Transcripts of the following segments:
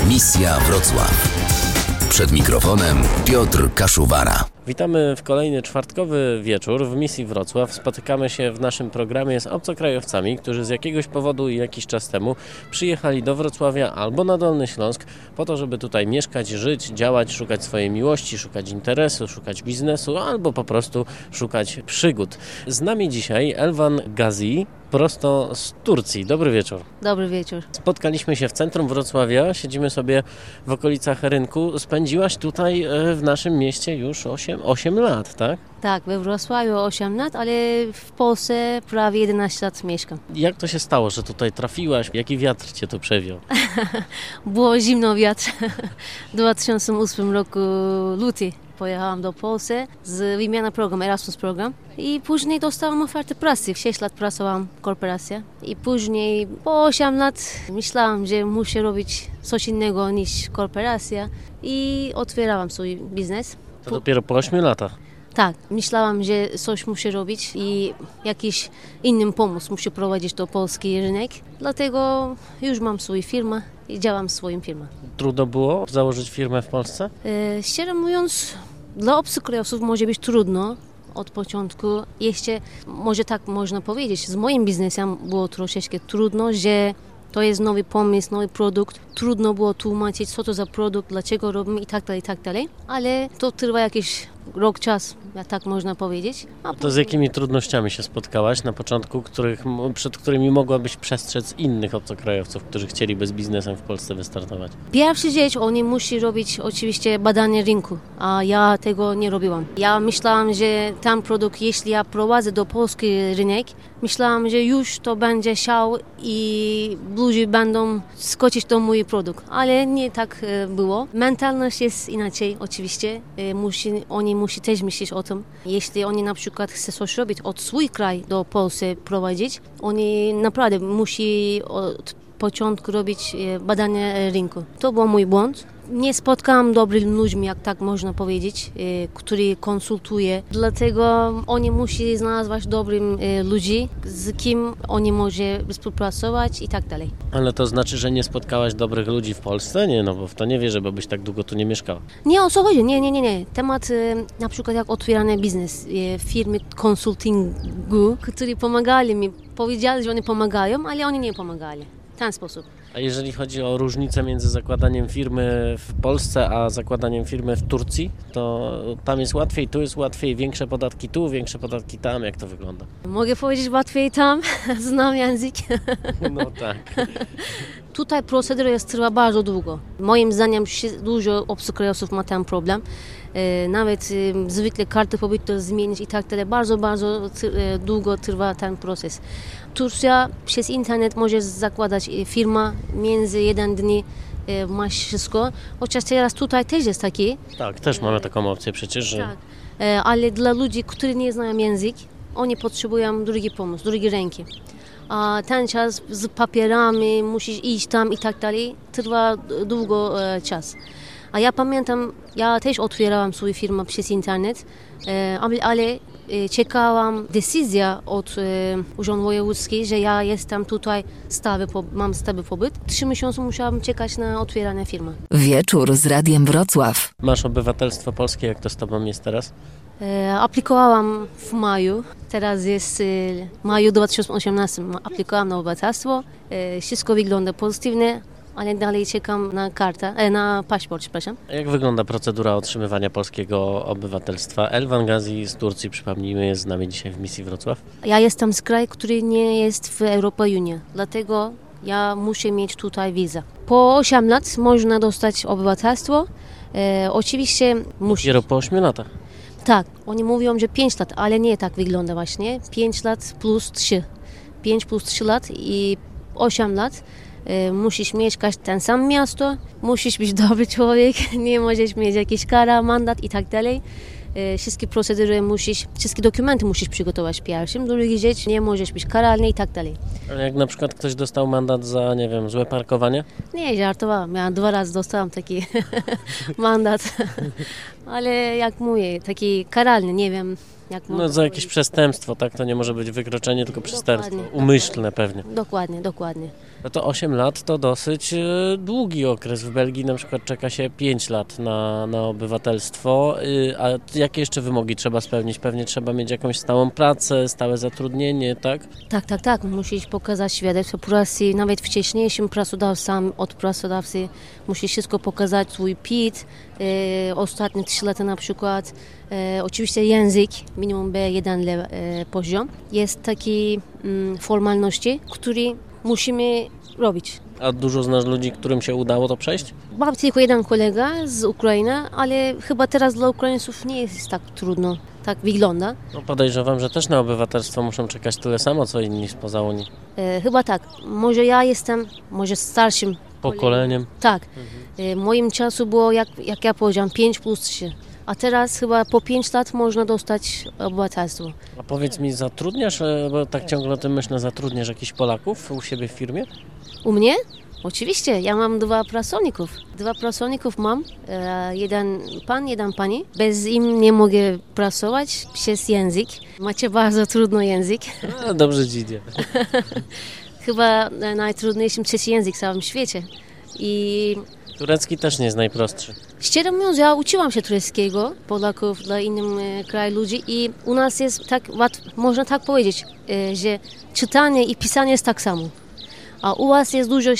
Misja Wrocław. Przed mikrofonem Piotr Kaszuwara. Witamy w kolejny czwartkowy wieczór w Misji Wrocław. Spotykamy się w naszym programie z obcokrajowcami, którzy z jakiegoś powodu i jakiś czas temu przyjechali do Wrocławia albo na Dolny Śląsk po to, żeby tutaj mieszkać, żyć, działać, szukać swojej miłości, szukać interesu, szukać biznesu albo po prostu szukać przygód. Z nami dzisiaj Elvan Gazi, prosto z Turcji. Dobry wieczór. Dobry wieczór. Spotkaliśmy się w centrum Wrocławia, siedzimy sobie w okolicach rynku. Spędziłaś tutaj w naszym mieście już 8 lat, tak? Tak, we Wrocławiu 8 lat, ale w Polsce prawie 11 lat mieszkam. Jak to się stało, że tutaj trafiłaś? Jaki wiatr cię tu przewiał? Było zimno wiatr. W 2008 roku luty pojechałam do Polski z wymiany program, Erasmus program i później dostałam ofertę pracy. 6 lat pracowałam w korporacji i później po 8 lat myślałam, że muszę robić coś innego niż korporacja i otwierałam swój biznes. To dopiero po 8 latach? Tak, myślałam, że coś muszę robić i jakiś innym pomysł muszę prowadzić do polski rynek. Dlatego już mam swoją firmę i działam w swoim firmie. Trudno było założyć firmę w Polsce? Szczerze mówiąc, dla obcokrajowców może być trudno od początku. Jeszcze, może tak można powiedzieć, z moim biznesem było troszeczkę trudno, że to jest nowy pomysł, nowy produkt. Trudno było tłumaczyć, co to za produkt, dlaczego robimy i tak dalej, ale to trwa jakiś rok czas, jak tak można powiedzieć. To z jakimi trudnościami się spotkałaś na początku, przed którymi mogłabyś przestrzec innych obcokrajowców, którzy chcieliby z biznesem w Polsce wystartować? Pierwsza rzecz, oni muszą robić oczywiście badanie rynku, a ja tego nie robiłam. Ja myślałam, że ten produkt, jeśli ja prowadzę do polski rynek, myślałam, że już to będzie szał i ludzie będą skoczyć do mój produkt, ale nie tak było. Mentalność jest inaczej oczywiście, oni muszą też myśleć o tym. Jeśli oni na przykład chcą coś robić od swój kraj do Polski prowadzić, oni naprawdę muszą od początku robić badanie rynku. To był mój błąd. Nie spotkałam dobrych ludzi, jak tak można powiedzieć, którzy konsultują. Dlatego oni muszą znaleźć dobrych ludzi, z kim oni mogą współpracować i tak dalej. Ale to znaczy, że nie spotkałaś dobrych ludzi w Polsce? Nie, no bo w to nie wierzę, bo byś tak długo tu nie mieszkała. Nie, o co chodzi? Nie. Temat na przykład jak otwierany biznes, firmy konsultingu, które pomagali mi, powiedzieli, że oni pomagają, ale oni nie pomagali. W ten sposób. A jeżeli chodzi o różnicę między zakładaniem firmy w Polsce a zakładaniem firmy w Turcji, to tam jest łatwiej, tu jest łatwiej, większe podatki tu, większe podatki tam, jak to wygląda? Mogę powiedzieć łatwiej tam, znam język. No tak. Tutaj procedura trwa bardzo długo. Moim zdaniem dużo obcokrajowców ma ten problem. Nawet zwykle karty pobytu zmienić i tak dalej. Bardzo długo trwa ten proces. Turcja przez internet może zakładać firmę między 1 dzień masz wszystko. Chociaż teraz tutaj też jest taki. Tak, też mamy taką opcję przecież. Że... Tak, ale dla ludzi, którzy nie znają język, oni potrzebują drugi pomoc, drugiej ręki. A ten czas z papierami, musisz iść tam i tak dalej, trwa długo czas. A ja pamiętam, ja też otwierałam swoją firmę przez internet, ale czekałam decyzja od Urzędu Wojewódzkiego, że ja jestem tutaj mam stały pobyt. 3 miesiące musiałam czekać na otwieranie firmy. Wieczór z Radiem Wrocław. Masz obywatelstwo polskie, jak to z tobą jest teraz? Aplikowałam w maju, teraz jest maju 2018, aplikowałam na obywatelstwo, wszystko wygląda pozytywnie, ale dalej czekam na na paszport, przepraszam. A jak wygląda procedura otrzymywania polskiego obywatelstwa? Elvan Gazi z Turcji, przypomnijmy, jest z nami dzisiaj w Misji Wrocław. Ja jestem z kraju, który nie jest w Europie Unii, dlatego ja muszę mieć tutaj wizę. Po 8 lat można dostać obywatelstwo, oczywiście musi... Dopiero po 8 latach? Tak, oni mówią, że 5 lat, ale nie tak wygląda właśnie. 5 lat plus 3. 5 plus 3 lat i 8 lat. Musisz mieszkać w tym samym miasto, musisz być dobry człowiek, nie możesz mieć jakiejś kara, mandat i tak dalej. Wszystkie procedury wszystkie dokumenty musisz przygotować pierwszym, drugi rzecz, nie możesz być karalny i tak dalej. Ale jak na przykład ktoś dostał mandat za, nie wiem, złe parkowanie? Nie, żartowałam. Ja 2 razy dostałam taki mandat, ale jak mówię, taki karalny, nie wiem. No za jakieś przestępstwo, tak? To nie może być wykroczenie, tylko przestępstwo. Umyślne pewnie. Dokładnie. No to 8 lat to dosyć długi okres. W Belgii na przykład czeka się 5 lat na obywatelstwo. A jakie jeszcze wymogi trzeba spełnić? Pewnie trzeba mieć jakąś stałą pracę, stałe zatrudnienie, tak? Tak. Musisz pokazać świadectwo pracy, nawet wcześniejszym pracodawcom, od pracodawcy musisz wszystko pokazać, swój PIT, ostatnie 3 lata na przykład. Oczywiście język, minimum B1 poziom. Jest takie formalności, które musimy robić. A dużo znasz ludzi, którym się udało to przejść? Mam tylko jeden kolega z Ukrainy, ale chyba teraz dla Ukraińców nie jest tak trudno. Tak wygląda. No podejrzewam, że też na obywatelstwo muszą czekać tyle samo, co inni spoza Unii. Chyba tak. Może ja jestem starszym Pokoleniem. Tak. Moim czasu było, jak ja powiedziałam, 5+3. A teraz chyba po 5 lat można dostać obywatelstwo. A powiedz mi, zatrudniasz, bo tak ciągle o tym myślę, zatrudniasz jakichś Polaków u siebie w firmie? U mnie? Oczywiście, ja mam 2 pracowników. 2 pracowników mam, jeden pan, jeden pani. Bez im nie mogę pracować przez język. Macie bardzo trudny język. A, dobrze ci idzie. Chyba najtrudniejszym trzeci język w całym świecie. I Turecki też nie jest najprostszy. szczerze mówiąc, ja uczyłam się tureckiego, Polaków, dla innych krajów ludzi i u nas jest tak, można tak powiedzieć, że czytanie i pisanie jest tak samo. A u was jest dużo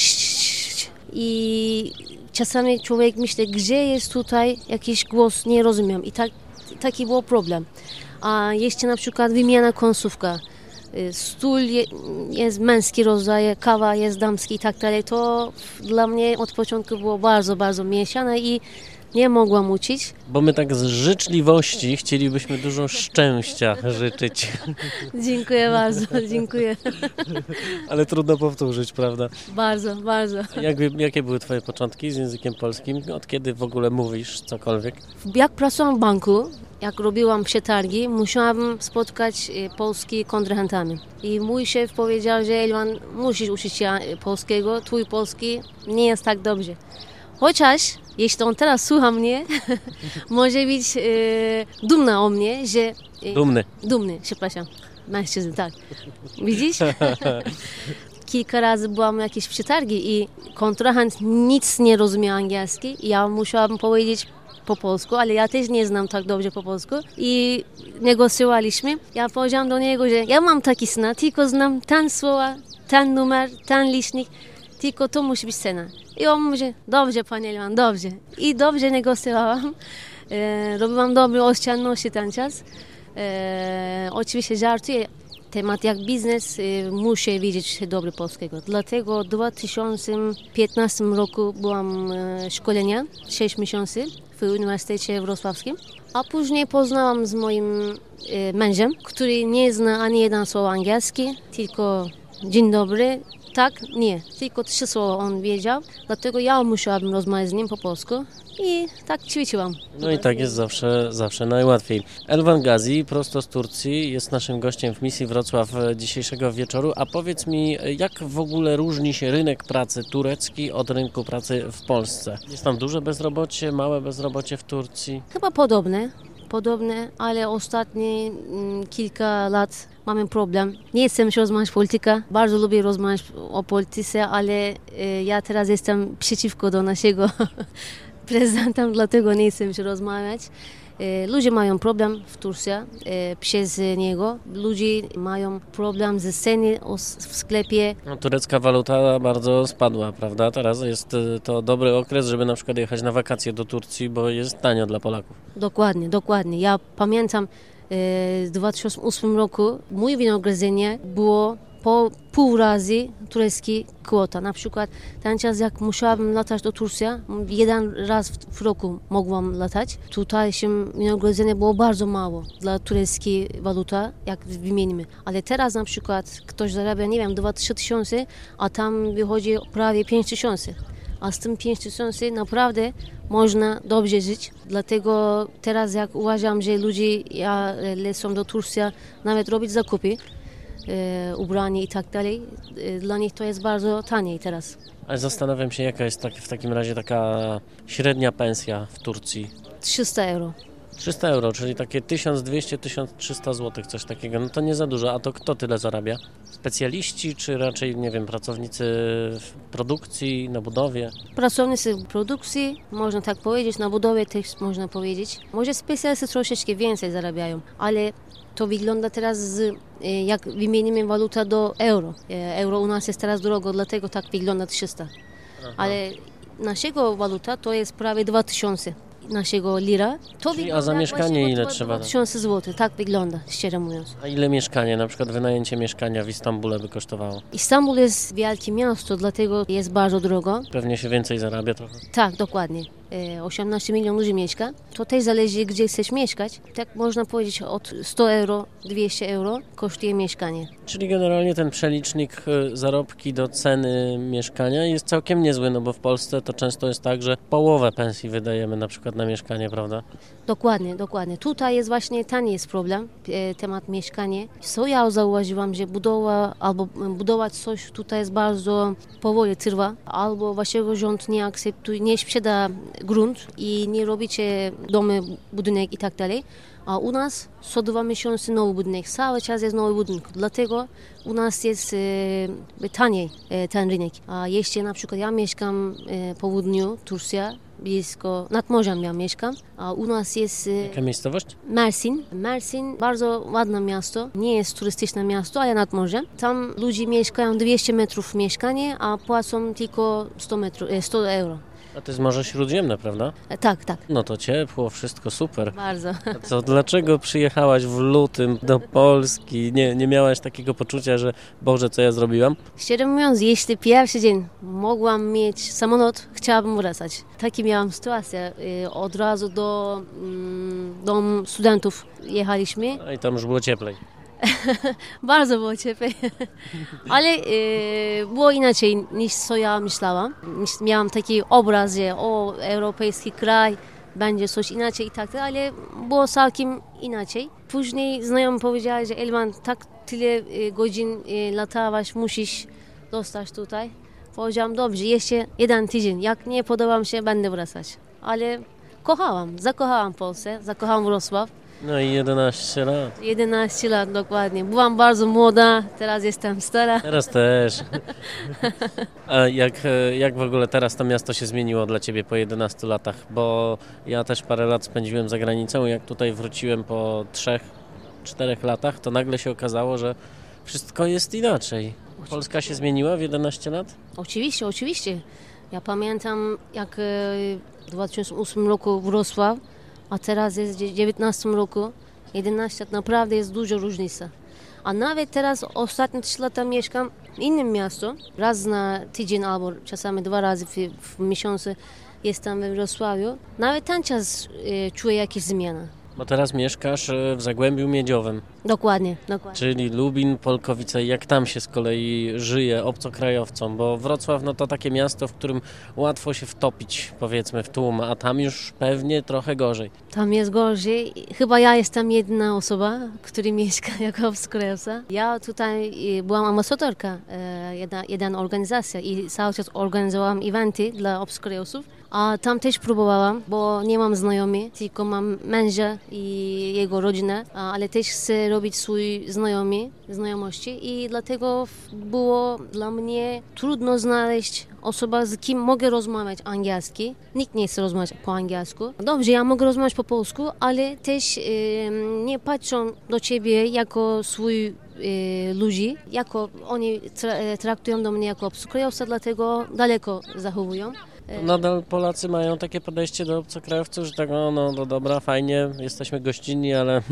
i czasami człowiek myśli, gdzie jest tutaj jakiś głos, nie rozumiem. I taki był problem. A jeszcze na przykład wymiana końcówka. Stół jest męski rodzaj, kawa jest damski i tak dalej. To dla mnie od początku było bardzo, bardzo mieszane i nie mogłam uczyć. Bo my tak z życzliwości chcielibyśmy dużo szczęścia życzyć. Dziękuję bardzo, dziękuję. Ale trudno powtórzyć, prawda? Bardzo, bardzo. Jakie były twoje początki z językiem polskim? Od kiedy w ogóle mówisz cokolwiek? Jak pracowałam w banku, jak robiłam przetargi, musiałam spotkać polskich kontrahentami. I mój szef powiedział, że Elwan, musisz uczyć się polskiego, twój polski nie jest tak dobrze. Chociaż, jeśli on teraz słucha mnie, może być dumna o mnie, że... Dumny, przepraszam. Mężczyzn, tak. Widzisz? Kilka razy byłam na jakieś przetargi i kontrahent nic nie rozumiał angielski. Ja musiałam powiedzieć po polsku, ale ja też nie znam tak dobrze po polsku i negocjowaliśmy. Ja powiedziałam do niego, że ja mam taki sen, tylko znam ten słowa, ten numer, ten licznik, tylko to musi być cena. I on mówi, dobrze panie Elwan, dobrze. I dobrze negocjowałam. Robiłam dobre oszczędności ten czas. Oczywiście żartuję. Temat jak biznes, muszę wiedzieć dobrze polskiego. Dlatego w 2015 roku byłam szkolenia, 6 miesięcy w Uniwersytecie Wrocławskim. A później poznałam z moim mężem, który nie zna ani jeden słowo angielski, tylko dzień dobry. Tak, nie, tylko 3 słowa on wiedział, dlatego ja musiałabym rozmawiać z nim po polsku i tak ćwiczyłam. No i tak jest zawsze najłatwiej. Elvan Gazi, prosto z Turcji, jest naszym gościem w misji Wrocław dzisiejszego wieczoru. A powiedz mi, jak w ogóle różni się rynek pracy turecki od rynku pracy w Polsce? Jest tam duże bezrobocie, małe bezrobocie w Turcji? Chyba podobne, ale ostatnie kilka lat mamy problem. Nie chcę już rozmawiać polityka, bardzo lubię rozmawiać o polityce, ale ja teraz jestem przeciwko do naszego prezydenta, dlatego nie chcę już rozmawiać. Ludzie mają problem w Turcji przez niego. Ludzie mają problem ze ceny w sklepie. No, turecka waluta bardzo spadła, prawda? Teraz jest to dobry okres, żeby na przykład jechać na wakacje do Turcji, bo jest tanio dla Polaków. Dokładnie. Ja pamiętam w 2008 roku moje wynagrodzenie było po pół razy tureckiej kwota. Na przykład ten czas, jak musiałabym latać do Turcji, jeden raz w roku mogłam latać. Tutaj wynagrodzenie było bardzo mało dla tureckiej waluty, jak wymienimy. Ale teraz na przykład ktoś zarabia, nie wiem, 2-3 tysiące, a tam wychodzi prawie 5 tysięcy. A z tym 5 tysięcy naprawdę można dobrze żyć. Dlatego teraz jak uważam, że ludzie lecą do Turcji nawet robić zakupy, ubranie i tak dalej, dla nich to jest bardzo taniej teraz. Ale zastanawiam się, jaka jest w takim razie taka średnia pensja w Turcji? 300 euro. 300 euro, czyli takie 1200-1300 zł, coś takiego. No to nie za dużo, a to kto tyle zarabia? specjaliści, czy raczej, nie wiem, pracownicy w produkcji, na budowie? Pracownicy produkcji, można tak powiedzieć, na budowie też można powiedzieć. Może specjaliści troszeczkę więcej zarabiają, ale to wygląda teraz, jak wymienimy walutę do euro. Euro u nas jest teraz drogo, dlatego tak wygląda 300. Ale naszego waluta to jest prawie 2000. Naszego lira. To A za mieszkanie ile trzeba? 2000 zł, tak wygląda, szczerze mówiąc. A ile mieszkanie, na przykład wynajęcie mieszkania w Istambule by kosztowało? Istanbul jest wielkie miasto, dlatego jest bardzo drogo. Pewnie się więcej zarabia trochę. Tak, dokładnie. 18 milionów ludzi mieszka. To też zależy, gdzie chcesz mieszkać. Tak można powiedzieć, od 100 euro, 200 euro kosztuje mieszkanie. Czyli generalnie ten przelicznik zarobki do ceny mieszkania jest całkiem niezły, no bo w Polsce to często jest tak, że połowę pensji wydajemy na przykład na mieszkanie, prawda? Dokładnie, dokładnie. Tutaj jest właśnie tani jest problem, temat mieszkania. Co ja zauważyłam, że budowa albo budować coś tutaj jest bardzo powoli trwa, albo waszego rząd nie akceptuje, nie sprzeda grunt i nie robicie domy, budynek i tak dalej. A u nas co 2 miesiące nowy budynek, cały czas jest nowy budynek, dlatego u nas jest taniej ten rynek. A jeśli na przykład ja mieszkam w południu, Turcja, blisko, nad morzem ja mieszkam, a u nas jest... Jaka miejscowość? Mersin. Mersin, bardzo ładne miasto, nie jest turystyczne miasto, ale nad morzem. Tam ludzie mieszkają 200 metrów mieszkanie, a płacą tylko 100 euro. A to jest Morze Śródziemne, prawda? Tak, tak. No to ciepło, wszystko super. Bardzo. A co, dlaczego przyjechałaś w lutym do Polski? Nie miałaś takiego poczucia, że Boże, co ja zrobiłam? Szczerze mówiąc, jeśli pierwszy dzień mogłam mieć samolot, chciałabym wracać. Taki miałam sytuację. Od razu do domu studentów jechaliśmy. A i tam już było cieplej. Bardzo było cieplej, ale było inaczej niż co ja myślałam. Miałam taki obraz, że europejski kraj, będzie coś inaczej i tak dalej, ale było całkiem inaczej. Później znajomi powiedzieli, że Elvan, tak tyle godzin latałaś, musisz zostać tutaj. Powiedziałam, dobrze, jeszcze 1 tydzień, jak nie podoba mi się, będę wracać. Ale zakochałam Polskę, zakochałam Wrocław. No i 11 lat. 11 lat, dokładnie. Byłam bardzo młoda, teraz jestem stara. Teraz też. A jak w ogóle teraz to miasto się zmieniło dla Ciebie po 11 latach? Bo ja też parę lat spędziłem za granicą i jak tutaj wróciłem po 3-4 latach, to nagle się okazało, że wszystko jest inaczej. Polska się zmieniła w 11 lat? Oczywiście, oczywiście. Ja pamiętam, jak w 2008 roku Wrocław, a teraz jest w 2019 roku, 11 lat, naprawdę jest duża różnica. A nawet teraz ostatnie 3 lata mieszkam w innym miastu, raz na tydzień albo czasami 2 razy w miesiącu jestem we Wrocławiu. Nawet ten czas czuję jakieś zmiany. Bo teraz mieszkasz w Zagłębiu Miedziowym. Dokładnie. Czyli Lubin, Polkowice. Jak tam się z kolei żyje obcokrajowcom? Bo Wrocław no to takie miasto, w którym łatwo się wtopić, powiedzmy, w tłum, a tam już pewnie trochę gorzej. Tam jest gorzej. Chyba ja jestem jedna osoba, która mieszka jako obcokrajowca. Ja tutaj byłam ambasadorka jedna organizacja i cały czas organizowałam eventy dla obcokrajowców. A tam też próbowałam, bo nie mam znajomych, tylko mam męża i jego rodzinę, ale też chcę robić swój znajomości i dlatego było dla mnie trudno znaleźć osobę, z kim mogę rozmawiać angielski. Nikt nie chce rozmawiać po angielsku. Dobrze, ja mogę rozmawiać po polsku, ale też nie patrzą do ciebie jako swój ludzi, jako oni traktują do mnie jako obcokrajowca, dlatego daleko zachowują. Nadal Polacy mają takie podejście do obcokrajowców, że tak, no dobra, fajnie, jesteśmy gościnni, ale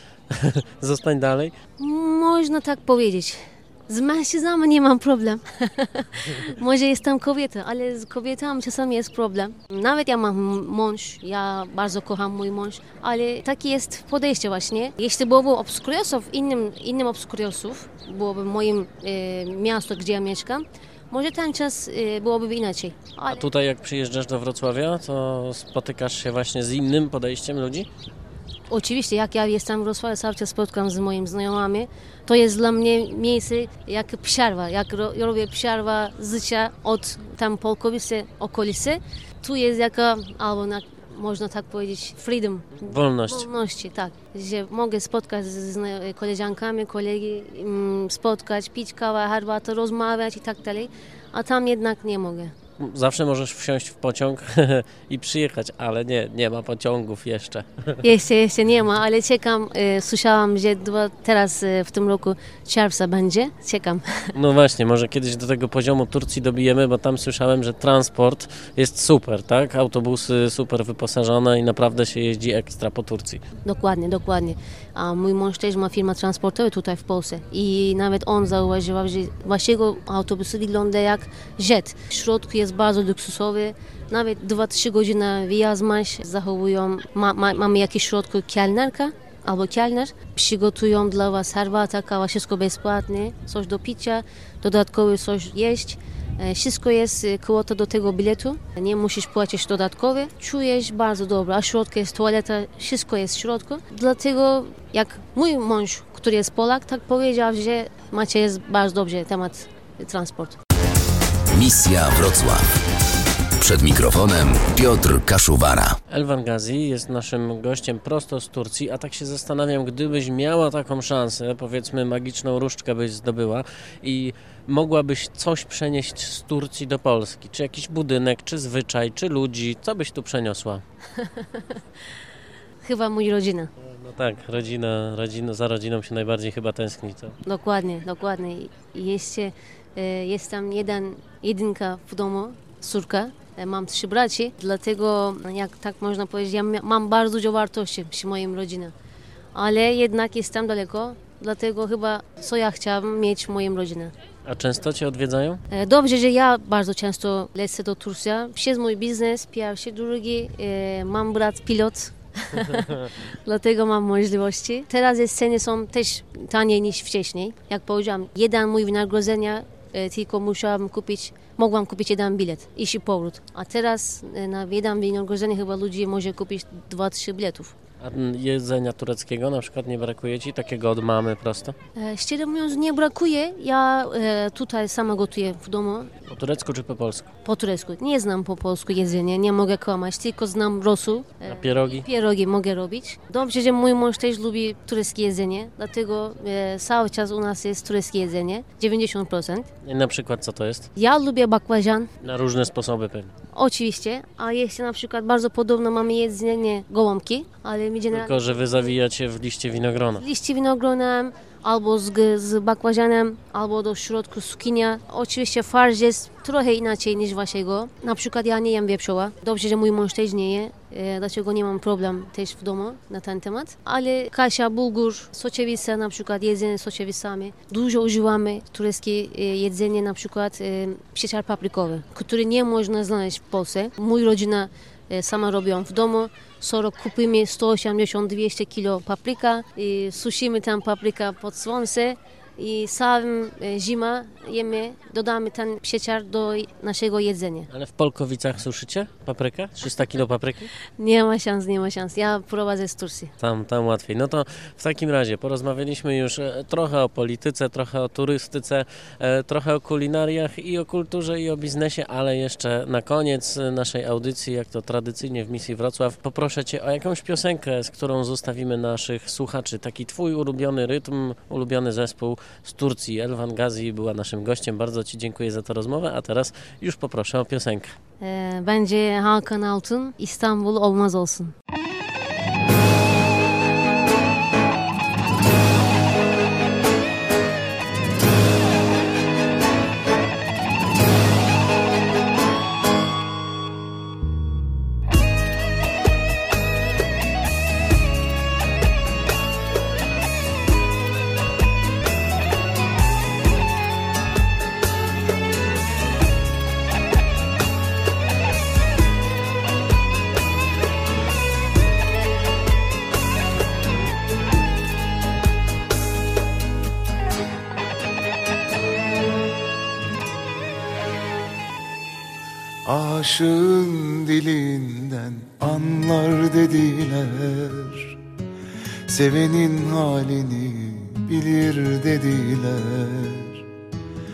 zostań dalej. Można tak powiedzieć. Z mężczyznami nie mam problem. Może jestem kobietą, ale z kobietami czasami jest problem. Nawet ja mam mąż, ja bardzo kocham mój mąż, ale takie jest podejście właśnie. Jeśli byłoby obcokrajowców, innym obcokrajowców, byłoby moim miasto, gdzie ja mieszkam, może ten czas byłoby inaczej. A tutaj jak przyjeżdżasz do Wrocławia, to spotykasz się właśnie z innym podejściem ludzi? Oczywiście, jak ja jestem w Wrocławiu, cały czas spotkam z moimi znajomymi. To jest dla mnie miejsce jak przerwa, jak robię przerwa życia od tam Polkowice, okolicy. Tu jest albo można tak powiedzieć, freedom. Wolności, tak. Że mogę spotkać z koleżankami, kolegi, spotkać, pić kawę, herbatę, rozmawiać i tak dalej, a tam jednak nie mogę. Zawsze możesz wsiąść w pociąg i przyjechać, ale nie ma pociągów jeszcze. Jeszcze nie ma, ale czekam. Słyszałam, że teraz w tym roku czerwca będzie. Czekam. No właśnie, może kiedyś do tego poziomu Turcji dobijemy, bo tam słyszałem, że transport jest super, tak? Autobusy super wyposażone i naprawdę się jeździ ekstra po Turcji. Dokładnie. A mój mąż też ma firmę transportową tutaj w Polsce i nawet on zauważył, że waszego autobusu wygląda jak jet. W środku jest bardzo luksusowy, nawet 2-3 godziny wyjazd masz, zachowują, mamy jakieś w środku kelnerka albo kelner, przygotują dla was herbatę, kawa, wszystko bezpłatne, coś do picia, dodatkowo coś jeść. Wszystko jest kwota do tego biletu, nie musisz płacić dodatkowo, czujesz bardzo dobrze, a w środku jest toaleta, wszystko jest w środku. Dlatego jak mój mąż, który jest Polak, tak powiedział, że macie jest bardzo dobrze temat transportu. Misja Wrocław. Przed mikrofonem Piotr Kaszuwara. Elvan Gazi jest naszym gościem prosto z Turcji, a tak się zastanawiam, gdybyś miała taką szansę, powiedzmy magiczną różdżkę byś zdobyła i mogłabyś coś przenieść z Turcji do Polski, czy jakiś budynek, czy zwyczaj, czy ludzi, co byś tu przeniosła? Chyba moja rodzina. No tak, za rodziną się najbardziej chyba tęskni, co? Dokładnie. Jeszcze jest tam jedynka w domu, córka. Mam 3 braci, dlatego, jak tak można powiedzieć, ja mam bardzo dużo wartości przy moim rodzinie. Ale jednak jestem daleko, dlatego chyba co ja chciałam mieć w moim rodzinie. A często Cię odwiedzają? Dobrze, że ja bardzo często lecę do Turcji. Przez mój biznes, pierwszy, drugi, mam brat pilot. Dlatego mam możliwości. Teraz ceny są też taniej niż wcześniej. Jak powiedziałam, jeden mój wynagrodzenia tylko mogłam kupić jeden bilet i powrót. A teraz na jeden wynagrodzenie chyba ludzie może kupić 2-3 biletów. A jedzenia tureckiego na przykład nie brakuje Ci? Takiego od mamy prosto? Szczerze mówiąc nie brakuje. Ja tutaj sama gotuję w domu. Po turecku czy po polsku? Po turecku. Nie znam po polsku jedzenie, nie mogę kłamać, tylko znam rosół. A pierogi? Pierogi mogę robić. Dobrze, że mój mąż też lubi tureckie jedzenie, dlatego cały czas u nas jest tureckie jedzenie, 90%. I na przykład co to jest? Ja lubię bakłażan. Na różne sposoby pewnie. Oczywiście, a jeszcze na przykład bardzo podobno mamy jedzenie gołąbki, ale my Tylko, że wy zawijacie w liście winogrona. Liście winogronem, albo z bakłażanem, albo do środku cukinia. Oczywiście farsz jest trochę inaczej niż waszego. Na przykład ja nie jem wieprzoła. Dobrze, że mój mąż też nie je, dlaczego nie mam problem też w domu na ten temat. Ale kasia, bulgur, soczewica, na przykład jedzenie z soczewicami. Dużo używamy tureckie jedzenie, na przykład pieczar paprykowy, który nie można znaleźć w Polsce. Mój rodzina sama robią w domu. Kupimy 180-200 kg papryka i susimy tam papryka pod słońce i całym zima jemy, dodamy ten pieczar do naszego jedzenia. Ale w Polkowicach suszycie paprykę? 300 kg papryki? Nie ma szans. Ja prowadzę z Turcji. Tam łatwiej. No to w takim razie porozmawialiśmy już trochę o polityce, trochę o turystyce, trochę o kulinariach i o kulturze i o biznesie, ale jeszcze na koniec naszej audycji, jak to tradycyjnie w Misji Wrocław, poproszę Cię o jakąś piosenkę, z którą zostawimy naszych słuchaczy. Taki Twój ulubiony rytm, ulubiony zespół z Turcji. Elvan Gazi była naszym gościem. Bardzo Ci dziękuję za tę rozmowę, a teraz już poproszę o piosenkę. Bence Hakan Altun, İstanbul olmaz olsun. Aşığın dilinden anlar dediler, sevenin halini bilir dediler.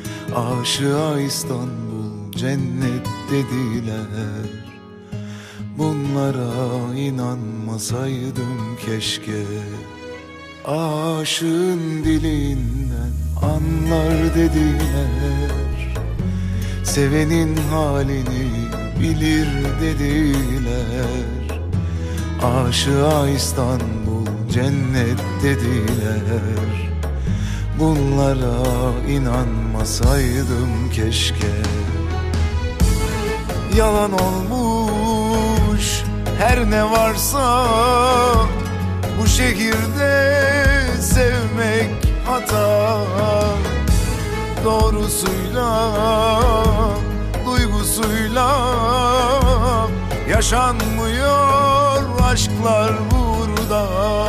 Aşığa İstanbul cennet dediler, bunlara inanmasaydım keşke. Aşığın dilinden anlar dediler, sevenin halini bilir dediler. Aşığa İstanbul cennet dediler, bunlara inanmasaydım keşke. Yalan olmuş her ne varsa, bu şehirde sevmek hata. Doğrusuyla, duygusuyla yaşanmıyor aşklar burada.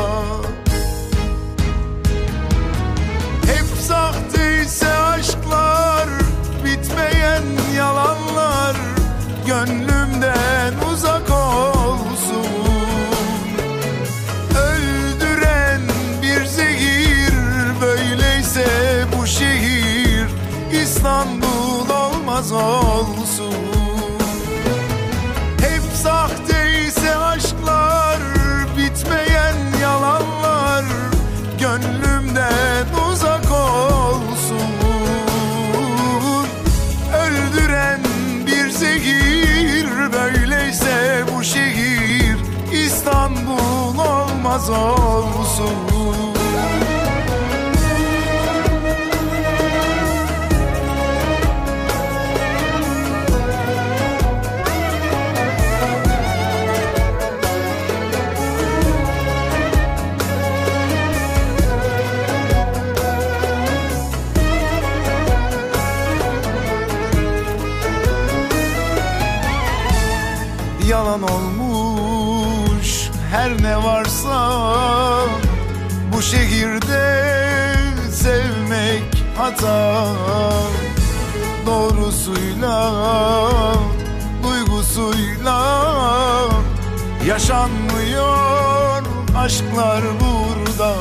Hep sahteyse aşklar, bitmeyen yalanlar gönlümden uzak olsun. Öldüren bir zehir, böyleyse bu şehir İstanbul olmaz olsun. Hep sahteyse aşklar, bitmeyen yalanlar gönlümden uzak olsun. Öldüren bir zehir, böyleyse bu şehir İstanbul olmaz olsun. Yalan olmuş her ne varsa, bu şehirde sevmek hata. Doğrusuyla, duygusuyla yaşanmıyor aşklar burada.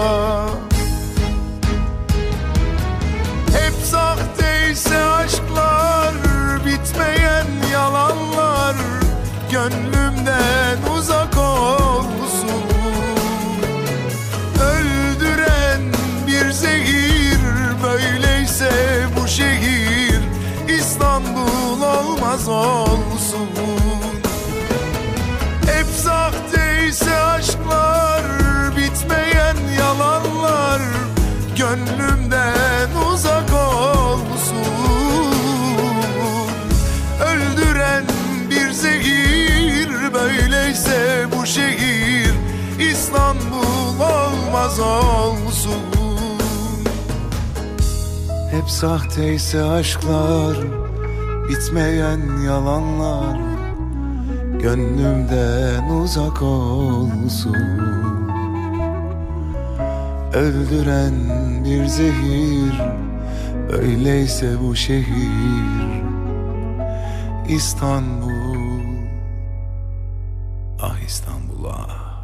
Hep sahteyse aşklar, bitmeyen yalanlar gönlümden uzak olsun. Öldüren bir zehir, böyleyse bu şehir İstanbul olmaz olsun. Hep sahteyse aşklar, bitmeyen yalanlar gönlümden uzak olsun. Öldüren bir zehir, böyleyse bu şehir İstanbul olmaz olsun. Hep sahteyse aşklar, bitmeyen yalanlar gönlümden uzak olsun. Öldüren bir zehir, böyleyse bu şehir İstanbul, ah İstanbul ah.